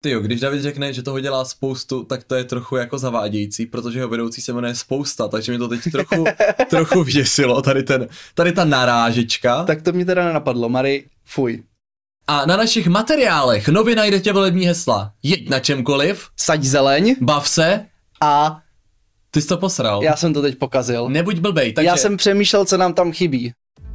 Tyjo, když David řekne, že toho dělá spoustu, tak to je trochu jako zavádějící, protože jeho vedoucí se jmenuje Spousta, takže mi to teď trochu vyděsilo, tady ta narážečka. Tak to mě teda nenapadlo, Mary, fuj. A na našich materiálech nově najdete volební hesla. Jeď na čemkoliv. Saď zeleň. Bav se. A... Ty jsi to posral. Já jsem to teď pokazil. Nebuď blbej, takže... Já jsem přemýšlel, co nám tam chybí.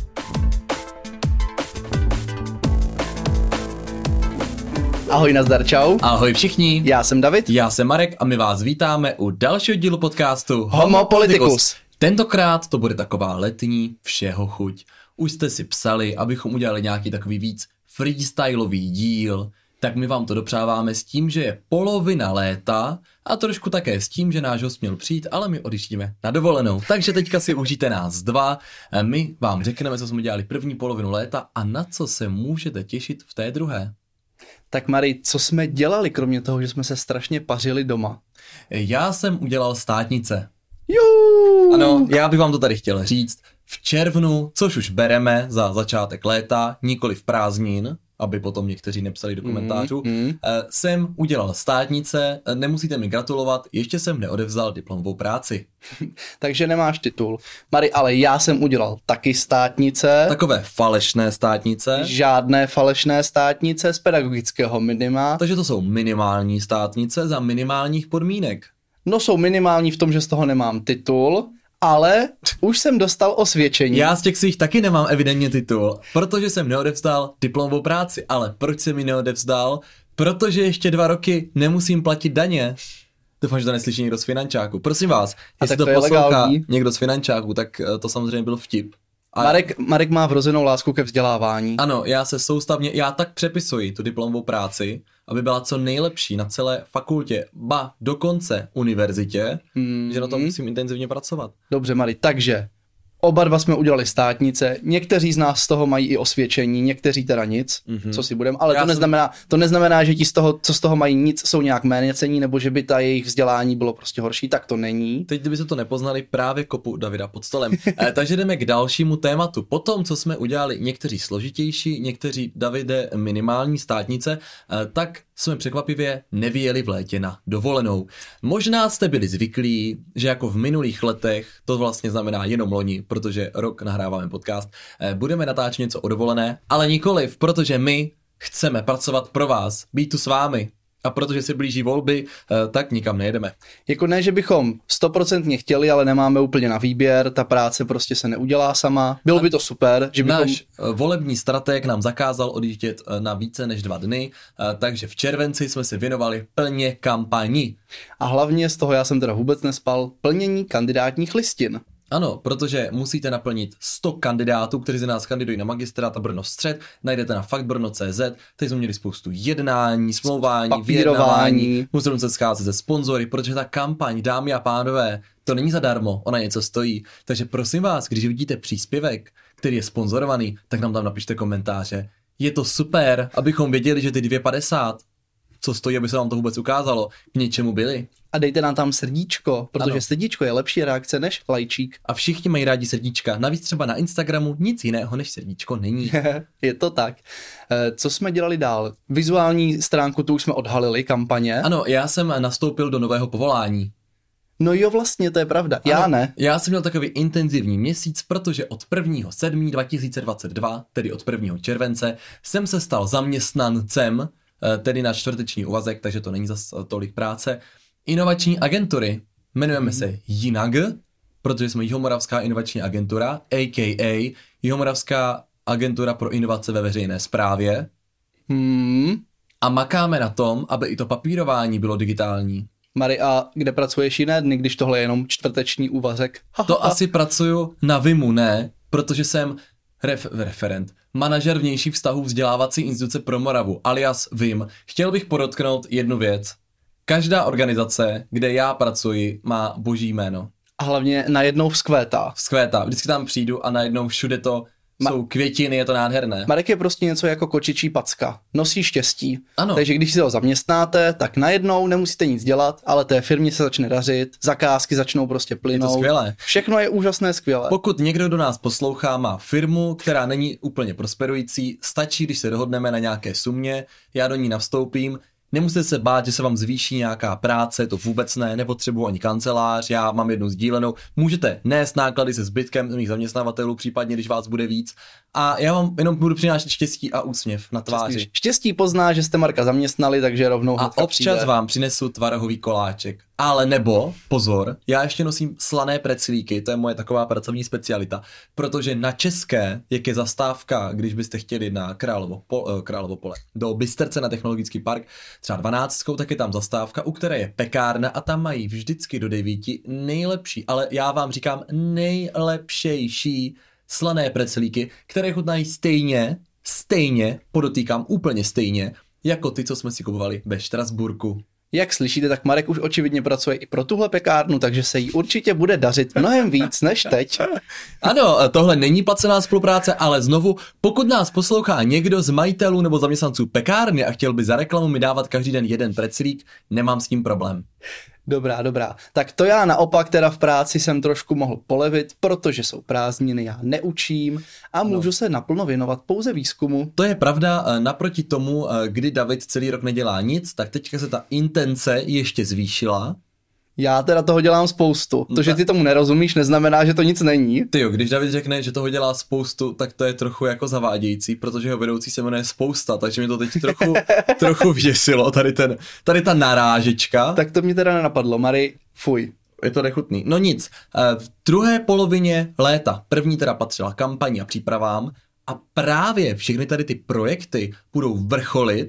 Ahoj, nazdar, čau. Ahoj všichni. Já jsem David. Já jsem Marek a my vás vítáme u dalšího dílu podcastu Homo Politicus. Tentokrát to bude taková letní všeho chuť. Už jste si psali, abychom udělali nějaký takový víc freestylový díl, tak my vám to dopřáváme s tím, že je polovina léta a trošku také s tím, že náš host měl přijít, ale my odjíždíme na dovolenou. Takže teďka si užijte nás dva, my vám řekneme, co jsme dělali první polovinu léta a na co se můžete těšit v té druhé. Tak Mary, co jsme dělali, kromě toho, že jsme se strašně pařili doma? Já jsem udělal státnice. Juuu. Ano, já bych vám to tady chtěl říct. V červnu, což už bereme za začátek léta, nikoli v prázdnin, aby potom někteří nepsali do komentářů, jsem udělal státnice, nemusíte mi gratulovat, ještě jsem neodevzdal diplomovou práci. Takže nemáš titul. Mary, ale já jsem udělal taky státnice. Takové falešné státnice. Žádné falešné státnice z pedagogického minima. Takže to jsou minimální státnice za minimálních podmínek. No jsou minimální v tom, že z toho nemám titul, ale už jsem dostal osvědčení. Já z těch svých taky nemám evidentně titul, protože jsem neodevzdal diplomovou práci, ale proč jsem ji neodevzdal? Protože ještě 2 roky nemusím platit daně. Doufám, že to neslyší někdo z finančáku. Prosím vás, jestli to poslouchá někdo z finančáku, tak to samozřejmě byl vtip. A Marek má vrozenou lásku ke vzdělávání. Ano, já tak přepisuji tu diplomovou práci, aby byla co nejlepší na celé fakultě, ba dokonce univerzitě, že na tom musím intenzivně pracovat. Dobře, Mary, takže oba dva jsme udělali státnice, někteří z nás z toho mají i osvědčení, někteří teda nic, co si budeme, ale to neznamená, že ti z toho, co z toho mají nic, jsou nějak méněcenní, nebo že by ta jejich vzdělání bylo prostě horší, tak to není. Teď, kdyby se to nepoznali, právě kopu Davida pod stolem. Takže jdeme k dalšímu tématu. Potom, co jsme udělali někteří složitější, někteří, Davide, minimální státnice, tak jsme překvapivě nevyjeli v létě na dovolenou. Možná jste byli zvyklí, že jako v minulých letech, to vlastně znamená jenom loni, protože rok nahráváme podcast, budeme natáčet něco o dovolené, ale nikoliv, protože my chceme pracovat pro vás, být tu s vámi. A protože se blíží volby, tak nikam nejedeme. Jako ne, že bychom 100% chtěli, ale nemáme úplně na výběr, ta práce prostě se neudělá sama. Bylo by to super, že bychom... Náš volební strateg nám zakázal odjíždět na více než 2 dny, takže v červenci jsme se věnovali plně kampani. A hlavně z toho já jsem teda vůbec nespal, plnění kandidátních listin. Ano, protože musíte naplnit 100 kandidátů, kteří se nás kandidují na magistrát a Brno střed, najdete na faktbrno.cz, tady jsme měli spoustu jednání, smlouvání, vyjednávání, musíme se scházet se sponzory, protože ta kampaň, dámy a pánové, to není zadarmo, ona něco stojí, takže prosím vás, když vidíte příspěvek, který je sponzorovaný, tak nám tam napište komentáře. Je to super, abychom věděli, že ty 2,50, co stojí, aby se vám to vůbec ukázalo, k něčemu byly. A dejte nám tam srdíčko, protože srdíčko je lepší reakce než lajčík. A všichni mají rádi srdíčka. Navíc třeba na Instagramu nic jiného než srdíčko není. Je to tak. Co jsme dělali dál? Vizuální stránku tu už jsme odhalili, kampaně. Ano, já jsem nastoupil do nového povolání. No jo, vlastně, to je pravda. Já ano, ne. Já jsem měl takový intenzivní měsíc, protože od 1.7.2022, tedy od 1. července, jsem se stal zaměstnancem, tedy na čtvrteční úvazek, takže to není zas tolik práce, inovační agentury. Jmenujeme se JINAG, protože jsme Jihomoravská inovační agentura, a.k.a. Jihomoravská agentura pro inovace ve veřejné správě. A makáme na tom, aby i to papírování bylo digitální. Mary, a kde pracuješ jiné dny, když tohle je jenom čtvrteční úvazek? To asi pracuju na VIMu, ne, protože jsem referent, manažer vnějších vztahů vzdělávací instituce pro Moravu, alias VIM. Chtěl bych podotknout jednu věc. Každá organizace, kde já pracuji, má boží jméno. A hlavně najednou vzkvétá. Vzkvétá. Vždycky tam přijdu a najednou všude to jsou květiny, je to nádherné. Marek je prostě něco jako kočičí packa. Nosí štěstí. Ano. Takže když si ho zaměstnáte, tak najednou nemusíte nic dělat, ale té firmě se začne dařit, zakázky začnou prostě plynout. Je to skvělé. Všechno je úžasné, skvělé. Pokud někdo do nás poslouchá, má firmu, která není úplně prosperující, stačí, když se dohodneme na nějaké sumě, já do ní navstoupím. nemusíte se bát, že se vám zvýší nějaká práce, to vůbec ne, nepotřebuji ani kancelář, já mám jednu sdílenou, můžete nést náklady se zbytkem mých zaměstnavatelů, případně když vás bude víc a já vám jenom budu přinášet štěstí a úsměv na tváři. Štěstí pozná, že jste Marka zaměstnali, takže rovnou a občas vám přinesu tvarohový koláček. Ale nebo, pozor, já ještě nosím slané preclíky, to je moje taková pracovní specialita, protože na České, jak je zastávka, když byste chtěli na Královo pole, do Bystrce na Technologický park, třeba 12, tak je tam zastávka, u které je pekárna a tam mají vždycky do 9 nejlepší, ale já vám říkám nejlepšejší slané preclíky, které chutnají stejně, podotýkám úplně stejně, jako ty, co jsme si kupovali ve Štrasburku. Jak slyšíte, tak Marek už očividně pracuje i pro tuhle pekárnu, takže se jí určitě bude dařit mnohem víc než teď. Ano, tohle není placená spolupráce, ale znovu, pokud nás poslouchá někdo z majitelů nebo zaměstnanců pekárny a chtěl by za reklamu mi dávat každý den jeden preclík, nemám s tím problém. Dobrá. Tak to já naopak teda v práci jsem trošku mohl polevit, protože jsou prázdniny, já neučím a můžu se naplno věnovat pouze výzkumu. To je pravda, naproti tomu, kdy David celý rok nedělá nic, tak teďka se ta intence ještě zvýšila. Já teda toho dělám spoustu. To, že ty tomu nerozumíš, neznamená, že to nic není. Tyjo, když David řekne, že toho dělá spoustu, tak to je trochu jako zavádějící, protože jeho vedoucí se jmenuje Spousta, takže mi to teď trochu vyděsilo, tady ta narážečka. Tak to mě teda nenapadlo, Mary, fuj. Je to nechutný. No nic, v druhé polovině léta, první teda patřila kampaň a přípravám a právě všechny tady ty projekty budou vrcholit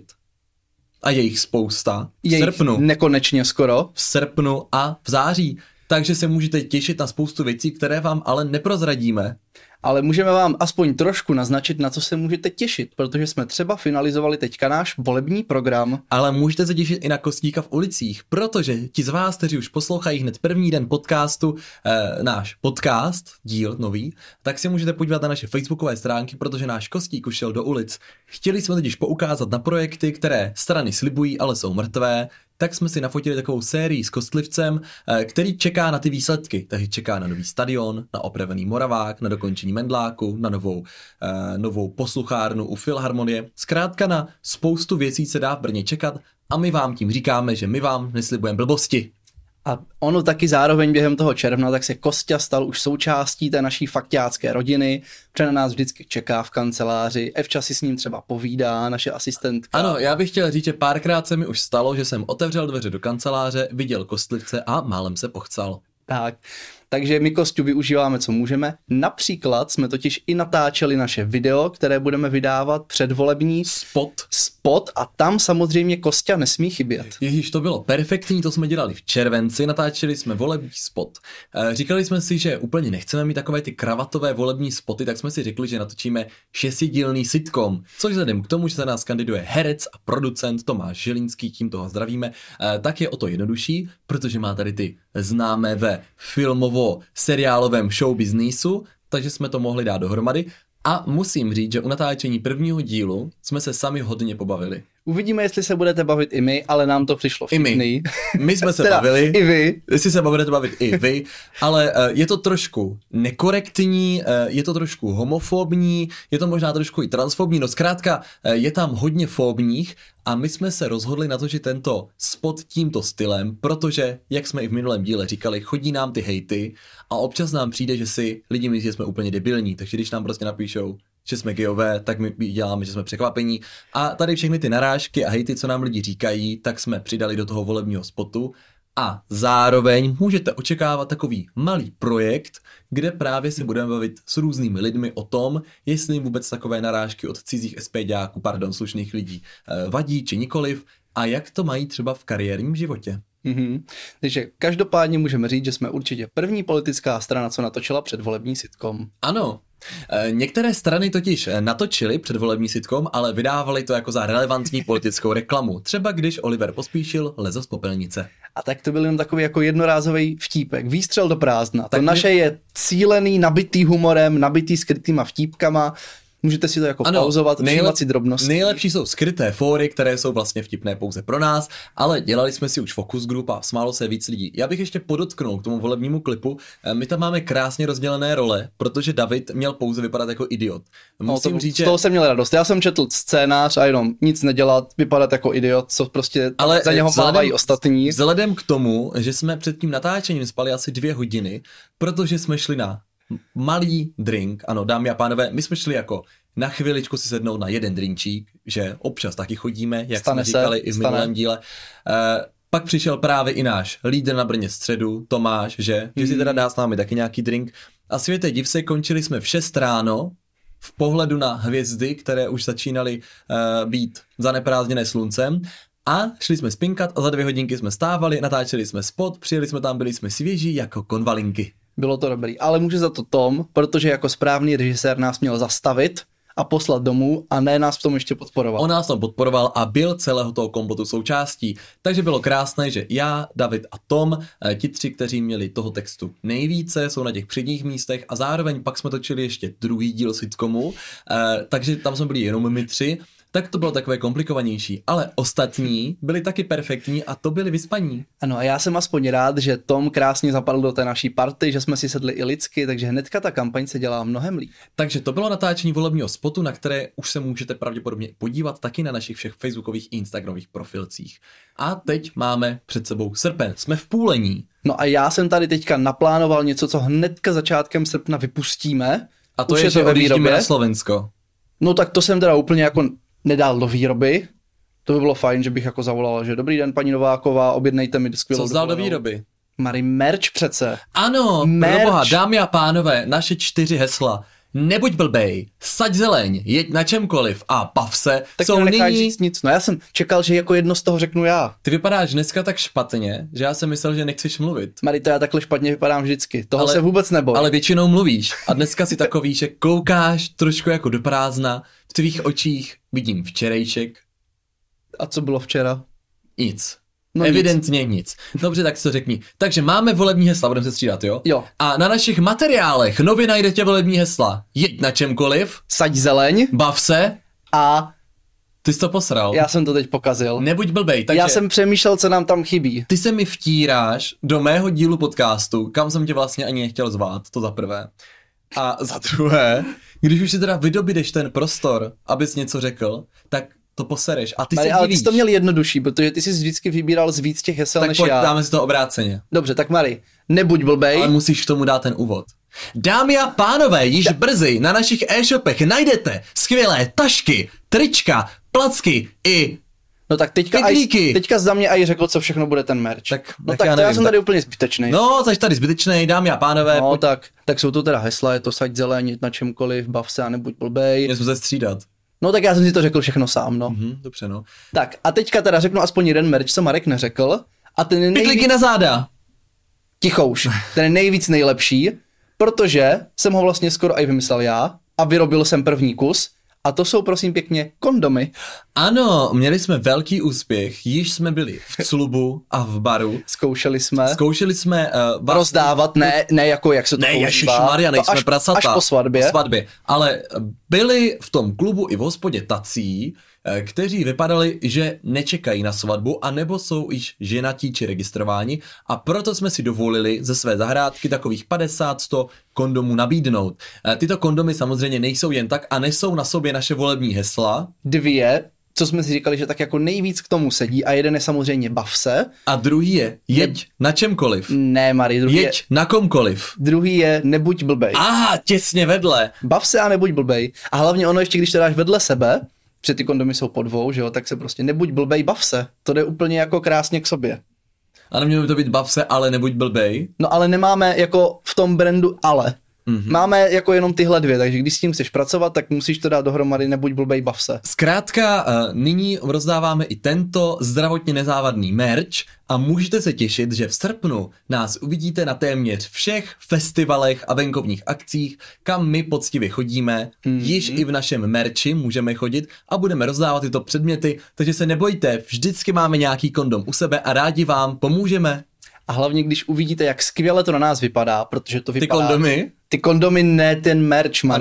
a je jich spousta v srpnu. Nekonečně skoro. V srpnu a v září. Takže se můžete těšit na spoustu věcí, které vám ale neprozradíme. Ale můžeme vám aspoň trošku naznačit, na co se můžete těšit, protože jsme třeba finalizovali teďka náš volební program. Ale můžete se těšit i na Kostíka v ulicích, protože ti z vás, kteří už poslouchají hned první den podcastu, náš podcast, díl nový, tak si můžete podívat na naše facebookové stránky, protože náš Kostík už šel do ulic. Chtěli jsme totiž poukázat na projekty, které strany slibují, ale jsou mrtvé, tak jsme si nafotili takovou sérii s kostlivcem, který čeká na ty výsledky. Takže čeká na nový stadion, na opravený Moravák, na dokončení Mendláku, na novou posluchárnu u Filharmonie. Zkrátka na spoustu věcí se dá v Brně čekat a my vám tím říkáme, že my vám neslibujeme blbosti. A ono taky zároveň během toho června, tak se Kosťa stal už součástí té naší fakťácké rodiny, protože na nás vždycky čeká v kanceláři, Evča si s ním třeba povídá, naše asistentka. Ano, já bych chtěl říct, že párkrát se mi už stalo, že jsem otevřel dveře do kanceláře, viděl kostlivce a málem se pochcal. Tak, takže my Kosťu využíváme, co můžeme. Například jsme totiž i natáčeli naše video, které budeme vydávat předvolební spot a tam samozřejmě Kosťa nesmí chybět. Ježíš, to bylo perfektní, to jsme dělali v červenci, natáčeli jsme volební spot. Říkali jsme si, že úplně nechceme mít takové ty kravatové volební spoty, tak jsme si řekli, že natočíme 6dílný sitcom, což vzhledem k tomu, že se nás kandiduje herec a producent Tomáš Žilínský, tím toho zdravíme, tak je o to jednodušší, protože má tady ty známé ve filmovo-seriálovém showbiznisu, takže jsme to mohli dát dohromady. A musím říct, že u natáčení prvního dílu jsme se sami hodně pobavili. Uvidíme, jestli se budete bavit i my, ale nám to přišlo vtipný. My jsme se bavili. I vy. Jestli se budete bavit i vy, ale je to trošku nekorektní, je to trošku homofobní, je to možná trošku i transfobní, no zkrátka je tam hodně fóbních a my jsme se rozhodli natočit tento spot tímto stylem, protože, jak jsme i v minulém díle říkali, chodí nám ty hejty a občas nám přijde, že si lidi myslí, že jsme úplně debilní, takže když nám prostě napíšou, že jsme gejové, tak my děláme, že jsme překvapení. A tady všechny ty narážky a hejty, co nám lidi říkají, tak jsme přidali do toho volebního spotu. A zároveň můžete očekávat takový malý projekt, kde právě si budeme bavit s různými lidmi o tom, jestli jim vůbec takové narážky od cizích SPďáků, slušných lidí, vadí či nikoliv a jak to mají třeba v kariérním životě. Takže každopádně můžeme říct, že jsme určitě první politická strana, co natočila předvolební sitcom. Ano. Některé strany totiž natočily předvolební sitcom, ale vydávali to jako za relevantní politickou reklamu. Třeba když Oliver Pospíšil lezl z popelnice. A tak to byl jen takový jako jednorázový vtípek, výstřel do prázdna. Tak to naše je cílený, nabitý humorem, nabitý skrytýma vtípkama. Můžete si to jako pauzovat, všímat si drobnosti. Nejlepší jsou skryté fóry, které jsou vlastně vtipné pouze pro nás, ale dělali jsme si už focus group a smálo se víc lidí. Já bych ještě podotknul k tomu volebnímu klipu, my tam máme krásně rozdělené role, protože David měl pouze vypadat jako idiot. Musím říct, z toho jsem měl radost. Já jsem četl scénář a jenom nic nedělat, vypadat jako idiot, co prostě ale za něho mávají ostatní. Vzhledem k tomu, že jsme před tím natáčením spali asi 2 hodiny, protože jsme šli na malý drink, ano, dámy a pánové, my jsme šli jako na chviličku si sednout na jeden drinkčík, že občas taky chodíme, jak jsme říkali i v minulém díle. Pak přišel právě i náš lídr na Brně středu, Tomáš, že si teda dá s námi taky nějaký drink. A světe div se, končili jsme v 6 ráno v pohledu na hvězdy, které už začínaly být zaneprázdněné sluncem. A šli jsme spinkat a za 2 hodinky jsme stávali, natáčeli jsme spot, přijeli jsme tam, byli jsme svěží jako konvalinky. Bylo to dobrý, ale může za to Tom, protože jako správný režisér nás měl zastavit a poslat domů a ne nás v tom ještě podporoval. On nás tam podporoval a byl celého toho kompletu součástí. Takže bylo krásné, že já, David a Tom, ti 3, kteří měli toho textu nejvíce, jsou na těch předních místech a zároveň pak jsme točili ještě druhý díl sitcomu, takže tam jsme byli jenom my 3, tak to bylo takové komplikovanější, ale ostatní byli taky perfektní a to byli vyspaní. Ano a já jsem aspoň rád, že Tom krásně zapadl do té naší party, že jsme si sedli i lidsky, takže hnedka ta kampaň se dělá mnohem líp. Takže to bylo natáčení volebního spotu, na které už se můžete pravděpodobně podívat taky na našich všech facebookových i instagramových profilcích. A teď máme před sebou srpen, jsme v půlení. No a já jsem tady teďka naplánoval něco, co hnedka začátkem srpna vypustíme. A to je, že odjíždíme na Slovensko. No tak to jsem teda úplně jako nedal do výroby. To by bylo fajn, že bych jako zavolal, že dobrý den, paní Nováková, objednejte mi skvělou dovolenou. Co zdal do výroby? Mary, merch přece. Ano, proboha, dámy a pánové, naše 4 hesla. Nebuď blbej, saď zeleň, jeď na čemkoliv a bav se. Tak jsou nyní... říct nic. No já jsem čekal, že jako jedno z toho řeknu já. Ty vypadáš dneska tak špatně, že já jsem myslel, že nechceš mluvit. Mary, to já takhle špatně vypadám vždycky. Toho se vůbec neboj. Ale většinou mluvíš a dneska si takový, že koukáš trošku jako do prázdna, v tvých očích vidím včerejšek. A co bylo včera? Nic. No evidentně nic. Dobře, tak si to řekni. Takže máme volební hesla, budeme se střídat, jo? Jo. A na našich materiálech nově najdete volební hesla. Jeď na čemkoliv. Saď zeleň. Bav se. A... Ty jsi to posral. Já jsem to teď pokazil. Nebuď blbej. Takže já jsem přemýšlel, co nám tam chybí. Ty se mi vtíráš do mého dílu podcastu, kam jsem tě vlastně ani nechtěl zvát, to za prvé. A za druhé, když už si teda vydobídeš ten prostor, abys něco řekl, tak to posereš a ty Mary, se ale divíš. ty jsi to měl jednodušší, protože ty jsi vždycky vybíral z víc těch hesel tak než pojď, já. dáme si to obráceně. Dobře, tak Mary, nebuď blbej. Ale musíš k tomu dát ten úvod. Dámy a pánové, již brzy na našich e-shopech najdete skvělé tašky, trička, placky i no tak teďka za mě aj řekl, co všechno bude ten merch. Tak já jsem tady úplně zbytečný. No, jsi tady zbytečný, dámy a pánové. No tak jsou to teda hesla, je to saď zeleň, na čemkoliv, bav se a nebuď blbej. Měli jsme se střídat. No tak já jsem si to řekl všechno sám, no. Dobře, no. Tak a teďka teda řeknu aspoň jeden merch, co Marek neřekl. A ten je Pytlíky na záda. Tichouš. Ten je nejvíc nejlepší, protože jsem ho vlastně skoro i vymyslel já a vyrobil jsem první kus. A to jsou prosím pěkně kondomy. Ano, měli jsme velký úspěch, již jsme byli v klubu a v baru. Zkoušeli jsme rozdávat, ne jako jak se to používá. Ježišmarja, nejsme prasata. Až po svatbě. Ale byli v tom klubu i v hospodě tací, kteří vypadali, že nečekají na svatbu, anebo jsou již ženatí či registrováni a proto jsme si dovolili ze své zahrádky takových 50-100 kondomů nabídnout. Tyto kondomy samozřejmě nejsou jen tak a nesou na sobě naše volební hesla. 2, co jsme si říkali, že tak jako nejvíc k tomu sedí a jeden je samozřejmě bav se. A druhý je jeď na čemkoliv. Ne, Mary, druhý jeď na komkoliv. Druhý je nebuď blbej. Aha, těsně vedle. Bav se a nebuď blbej. A hlavně ono ještě, když to dáš vedle sebe, protože ty kondomy jsou po 2, že jo, tak se prostě nebuď blbej, bav se. To jde úplně jako krásně k sobě. A nemělo by to být bav se, ale nebuď blbej. No ale nemáme jako v tom brandu ale. Máme jako jenom tyhle 2, takže když s tím chceš pracovat, tak musíš to dát dohromady, nebuď blbej, bav se. Zkrátka, nyní rozdáváme i tento zdravotně nezávadný merch a můžete se těšit, že v srpnu nás uvidíte na téměř všech festivalech a venkovních akcích, kam my poctivě chodíme. Již i v našem merchi můžeme chodit a budeme rozdávat tyto předměty, takže se nebojte, vždycky máme nějaký kondom u sebe a rádi vám pomůžeme. A hlavně, když uvidíte, jak skvěle to na nás vypadá, protože to vypadá... Ty kondomy? Ty kondomy, ne ten merch, Mary.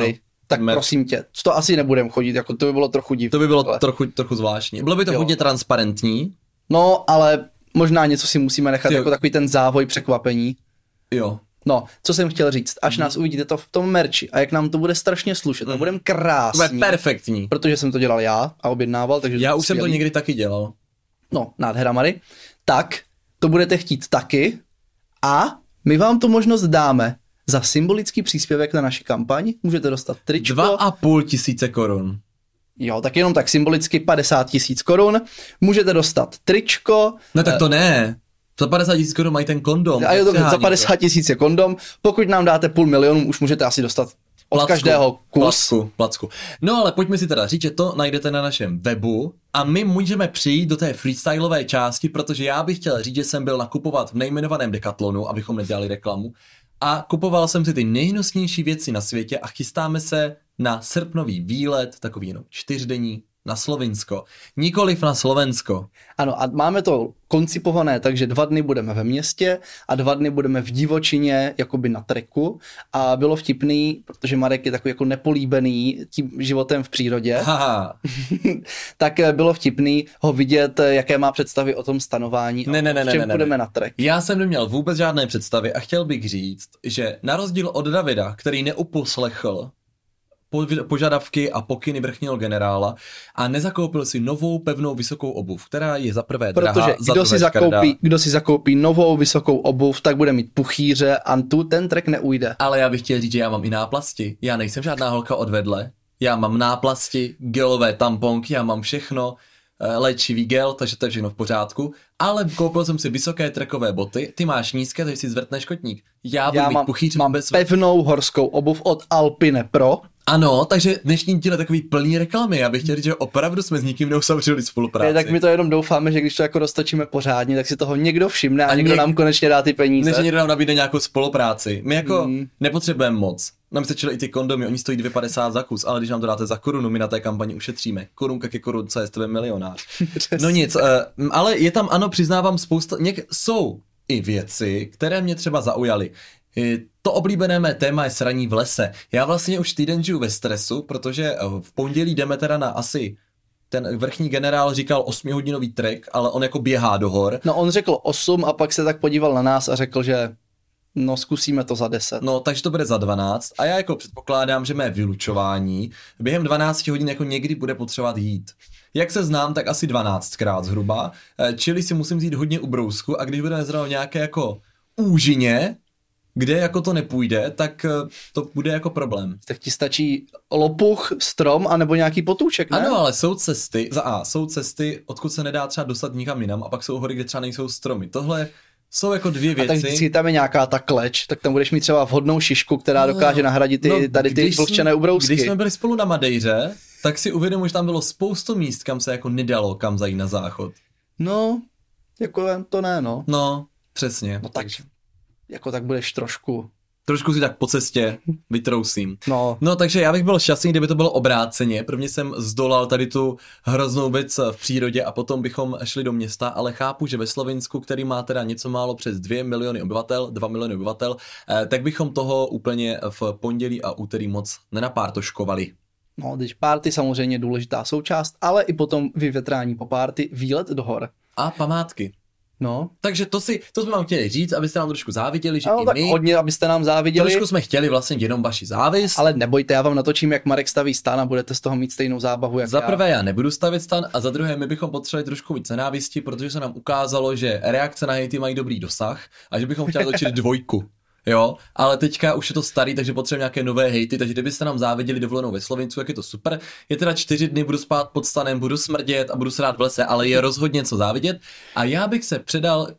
tak prosím tě, to asi nebudem chodit, jako to by bylo trochu divné. To by bylo trochu zvláštní. Bylo by to hodně transparentní. No, ale možná něco si musíme nechat, jako takový ten závoj překvapení. Jo. No, co jsem chtěl říct, až nás uvidíte to v tom merči a jak nám to bude strašně slušet, to budeme krásný. To bude perfektní. Protože jsem to dělal já a objednával, takže já už jsem to někdy taky dělal. No, nádhera Mary. Tak, to budete chtít taky a my vám tu možnost dáme. Za symbolický příspěvek na naši kampaň můžete dostat tričko. 2 500 korun. Jo, tak jenom tak symbolicky 50 000 korun. Můžete dostat tričko. No tak to ne. Za 50 000 korun mají ten kondom. A jo, dobře, za 50 000 je kondom. Pokud nám dáte 500 000, už můžete asi dostat od každého kus. Placku. No ale pojďme si teda říct, že to najdete na našem webu a my můžeme přijít do té freestylové části, protože já bych chtěl říct, že jsem byl nakupovat v nejmenovaném Decathlonu, abychom nedělali reklamu. A kupoval jsem si ty nejhnusnější věci na světě a chystáme se na srpnový výlet, takový jenom 4denní, na Slovinsko. Nikoliv na Slovensko. Ano, a máme to koncipované, takže 2 dny budeme ve městě a 2 dny budeme v divočině, jakoby na treku. A bylo vtipný, protože Marek je takový jako nepolíbený tím životem v přírodě. Tak bylo vtipný ho vidět, jaké má představy o tom stanování a v čem půjdeme na trek. Já jsem neměl vůbec žádné představy a chtěl bych říct, že na rozdíl od Davida, který neuposlechl požadavky a pokyny vrchního generála a nezakoupil si novou pevnou vysokou obuv, která je za prvé drahá, protože za druhé kdo si zakoupí novou vysokou obuv, tak bude mít puchýře a tu ten trek neujde. Ale já bych chtěl říct, že já mám i náplasti. Já nejsem žádná holka od vedle. Já mám náplasti, gelové tamponky, já mám všechno, léčivý gel, takže to je všechno v pořádku. Ale koupil jsem si vysoké trekové boty, ty máš nízké, takže si zvrtneš kotník. Já mám puchýře bez... pevnou horskou obuv od Alpine Pro. Ano, takže dnešní díl je takový plný reklamy. Já bych chtěl říct, že opravdu jsme s nikým neuzavřeli spolupráci. Tak my to jenom doufáme, že když to jako roztočíme pořádně, tak si toho někdo všimne a někdo nám konečně dá ty peníze. Než někdo nám nabídne nějakou spolupráci. My jako nepotřebujeme moc. Nám stačily i ty kondomy, oni stojí 2,50 za kus, ale když nám to dáte za korunu, my na té kampani ušetříme. Korunka ke korunce, je z tebe milionář. No nic, ale je tam, ano, přiznávám, spousta, jsou i věci, které mě třeba zaujaly. To oblíbené mé téma je sraní v lese. Já vlastně už týden žiju ve stresu, protože v pondělí jdeme teda na asi, ten vrchní generál říkal 8hodinový trek, ale on jako běhá do hor. No on řekl 8 a pak se tak podíval na nás a řekl, že no zkusíme to za 10. No takže to bude za 12 a já jako předpokládám, že mé vylučování během 12 hodin jako někdy bude potřebovat jít. Jak se znám, tak asi 12krát zhruba, čili si musím jít hodně ubrousku a když budeme zrovna nějaké jako úžině, kde jako to nepůjde, tak to bude jako problém. Tak ti stačí lopuch, strom, anebo nějaký potůček, ne? Ano, ale jsou cesty, odkud se nedá třeba dostat nikam jinam a pak jsou hory, kde třeba nejsou stromy. Tohle jsou jako dvě věci. A tak vždycky tam je nějaká ta kleč, tak tam budeš mít třeba vhodnou šišku, která dokáže nahradit ty vlhčené ubrousky. Když jsme byli spolu na Madejře, tak si uvědomuji, že tam bylo spoustu míst, kam se jako nedalo kam zajít na záchod. No, jako to ne, no. No, přesně. No tak jako tak budeš trošku si tak po cestě vytrousím. No, takže já bych byl šťastný, kdyby to bylo obráceně. Prvně jsem zdolal tady tu hroznou věc v přírodě a potom bychom šli do města, ale chápu, že ve Slovinsku, který má teda něco málo přes 2 miliony obyvatel, tak bychom toho úplně v pondělí a úterý moc nenapártoškovali. No, když party samozřejmě důležitá součást, ale i potom vyvětrání po party, výlet do hor. A památky. No. Takže to jsme vám chtěli říct, abyste nám trošku záviděli, že no, i tak my. Hodně, abyste nám záviděli. Trošku jsme chtěli vlastně jenom vaši závist. Ale nebojte, já vám natočím, jak Marek staví stan a budete z toho mít stejnou zábavu, jak Za prvé já nebudu stavit stan a za druhé my bychom potřebovali trošku víc nenávisti, protože se nám ukázalo, že reakce na hejty mají dobrý dosah a že bychom chtěli točit 2. Jo, ale teďka už je to starý, takže potřebujeme nějaké nové hejty, takže kdybyste nám záviděli dovolenou ve Slovinsku, jak je to super. Je teda 4 dny, budu spát pod stanem, budu smrdět a budu se rád v lese, ale je rozhodně co závidět a já bych se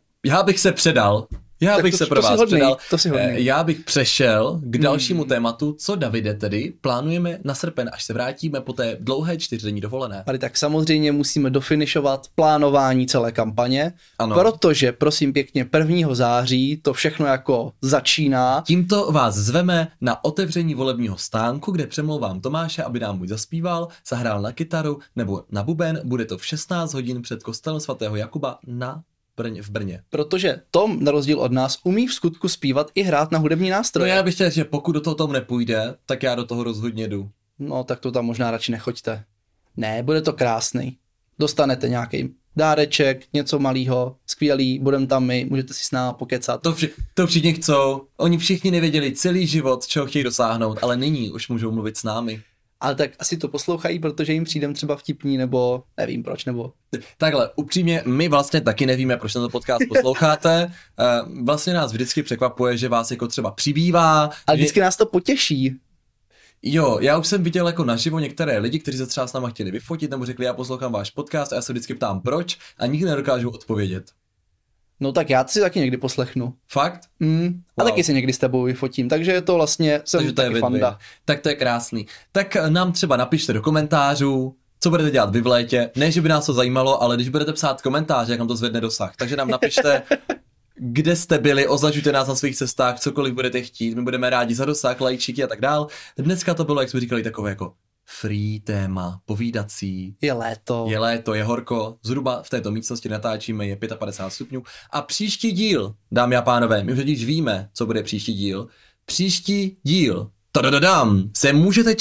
přešel k dalšímu tématu, co Davide tedy plánujeme na srpen, až se vrátíme po té dlouhé 4denní dovolené. Ale tak samozřejmě musíme dofinišovat plánování celé kampaně, ano. Protože prosím pěkně 1. září to všechno jako začíná. Tímto vás zveme na otevření volebního stánku, kde přemlouvám Tomáše, aby nám buď zaspíval, zahrál na kytaru nebo na buben. Bude to v 16 hodin před kostelem svatého Jakuba v Brně. Protože Tom, na rozdíl od nás, umí v skutku zpívat i hrát na hudební nástroje. No já bych chtěl, že pokud do toho Tom nepůjde, tak já do toho rozhodně jdu. No, tak to tam možná radši nechoďte. Ne, bude to krásný. Dostanete nějaký dáreček, něco malýho, skvělý, budeme tam my, můžete si s náma pokecat. To všichni chcou. Oni všichni nevěděli celý život, čeho chtějí dosáhnout, ale nyní už můžou mluvit s námi. Ale tak asi to poslouchají, protože jim přijdem třeba vtipní, nebo nevím proč, nebo... Takhle, upřímně, my vlastně taky nevíme, proč tento podcast posloucháte. Vlastně nás vždycky překvapuje, že vás jako třeba přibývá. Ale vždycky nás to potěší. Jo, já už jsem viděl jako naživo některé lidi, kteří se třeba s náma chtěli vyfotit, nebo řekli, já poslouchám váš podcast a já se vždycky ptám proč a nikdy nedokážu odpovědět. No tak já si taky někdy poslechnu. Fakt? A taky si někdy s tebou vyfotím, takže je to vlastně, jsem taky fanda. Tak to je krásný. Tak nám třeba napište do komentářů, co budete dělat vy v létě. Ne, že by nás to zajímalo, ale když budete psát komentáře, jak nám to zvedne dosah. Takže nám napište, kde jste byli, označujte nás na svých cestách, cokoliv budete chtít, my budeme rádi za dosah, lajčíky a tak dál. Dneska to bylo, jak jsme říkali, takové jako free téma, povídací. Je léto, je horko, zhruba v této místnosti natáčíme, je 55 stupňů. A příští díl, dámy a pánové, my už totiž víme, co bude příští díl. Příští díl, se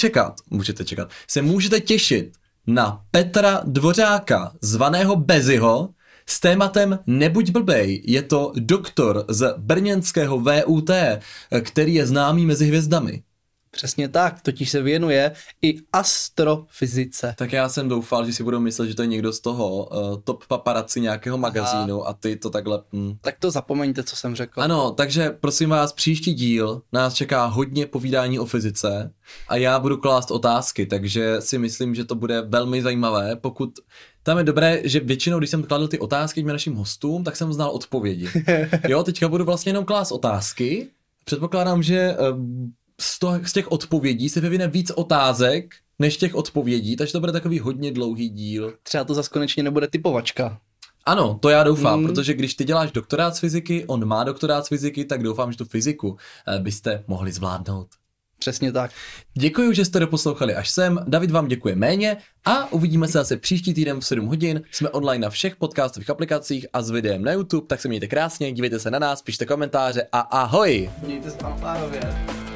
můžete těšit na Petra Dvořáka, zvaného Beziho, s tématem Nebuď blbej. Je to doktor z brněnského VUT, který je známý mezi hvězdami. Přesně tak, totiž se věnuje i astrofyzice. Tak já jsem doufal, že si budou myslet, že to je někdo z toho top paparazzi nějakého magazínu a ty to takhle... Tak to zapomeňte, co jsem řekl. Ano, takže prosím vás, příští díl nás čeká hodně povídání o fyzice a já budu klást otázky, takže si myslím, že to bude velmi zajímavé, pokud... Tam je dobré, že většinou, když jsem kladl ty otázky našim hostům, tak jsem znal odpovědi. Jo, teďka budu vlastně jenom klást otázky. Předpokládám, že z těch odpovědí se vyvine víc otázek, než těch odpovědí, takže to bude takový hodně dlouhý díl. Třeba to zase konečně nebude typovačka. Ano, to já doufám, protože když ty děláš doktorát z fyziky, on má doktorát z fyziky, tak doufám, že tu fyziku byste mohli zvládnout. Přesně tak. Děkuji, že jste doposlouchali až sem. David vám děkuje méně a uvidíme se zase příští týden v 7 hodin. Jsme online na všech podcastových aplikacích a s videem na YouTube, tak se mějte krásně, dívejte se na nás, pište komentáře a ahoj! Mějte se, pánové.